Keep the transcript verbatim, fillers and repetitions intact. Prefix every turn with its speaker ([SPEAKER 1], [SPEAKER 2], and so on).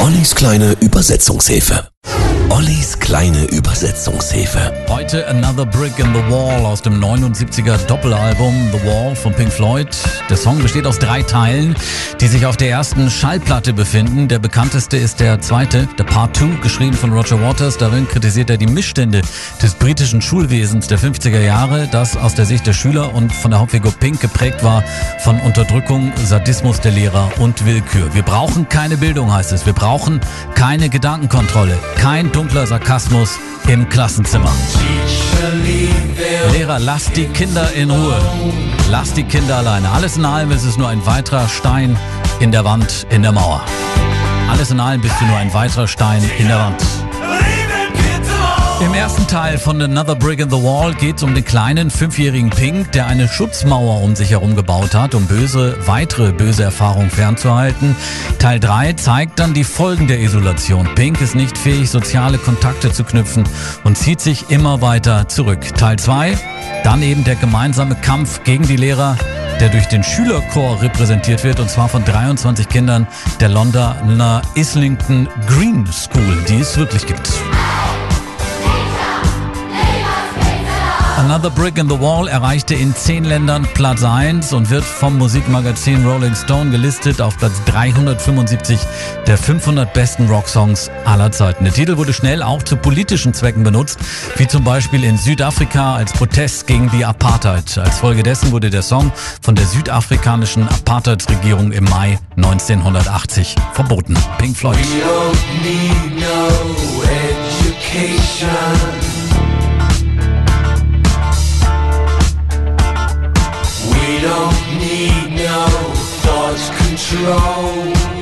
[SPEAKER 1] Ollis kleine Übersetzungshilfe. Ollis kleine Übersetzungshilfe.
[SPEAKER 2] Heute Another Brick in the Wall aus dem neunundsiebziger Doppelalbum The Wall von Pink Floyd. Der Song besteht aus drei Teilen, die sich auf der ersten Schallplatte befinden. Der bekannteste ist der zweite, der Part zwei, geschrieben von Roger Waters. Darin kritisiert er die Missstände des britischen Schulwesens der fünfziger Jahre, das aus der Sicht der Schüler und von der Hauptfigur Pink geprägt war von Unterdrückung, Sadismus der Lehrer und Willkür. Wir brauchen keine Bildung, heißt es. Wir brauchen keine Gedankenkontrolle, kein dunkler Sarkasmus im Klassenzimmer. Lehrer, lasst die Kinder in Ruhe. Lasst die Kinder alleine. Alles in allem ist es nur ein weiterer Stein in der Wand, in der Mauer. Alles in allem bist du nur ein weiterer Stein in der Wand. Im ersten Teil von Another Brick in the Wall geht es um den kleinen fünfjährigen Pink, der eine Schutzmauer um sich herum gebaut hat, um böse, weitere böse Erfahrungen fernzuhalten. Teil drei zeigt dann die Folgen der Isolation. Pink ist nicht fähig, soziale Kontakte zu knüpfen und zieht sich immer weiter zurück. Teil zwei, dann eben der gemeinsame Kampf gegen die Lehrer, der durch den Schülerchor repräsentiert wird, und zwar von dreiundzwanzig Kindern der Londoner Islington Green School, die es wirklich gibt. Another Brick in the Wall erreichte in zehn Ländern Platz eins und wird vom Musikmagazin Rolling Stone gelistet auf Platz dreihundertfünfundsiebzig der fünfhundert besten Rocksongs aller Zeiten. Der Titel wurde schnell auch zu politischen Zwecken benutzt, wie zum Beispiel in Südafrika als Protest gegen die Apartheid. Als Folge dessen wurde der Song von der südafrikanischen Apartheidsregierung im Mai neunzehnhundertachtzig verboten. Pink Floyd.
[SPEAKER 3] We don't need no education. We don't need no thought control.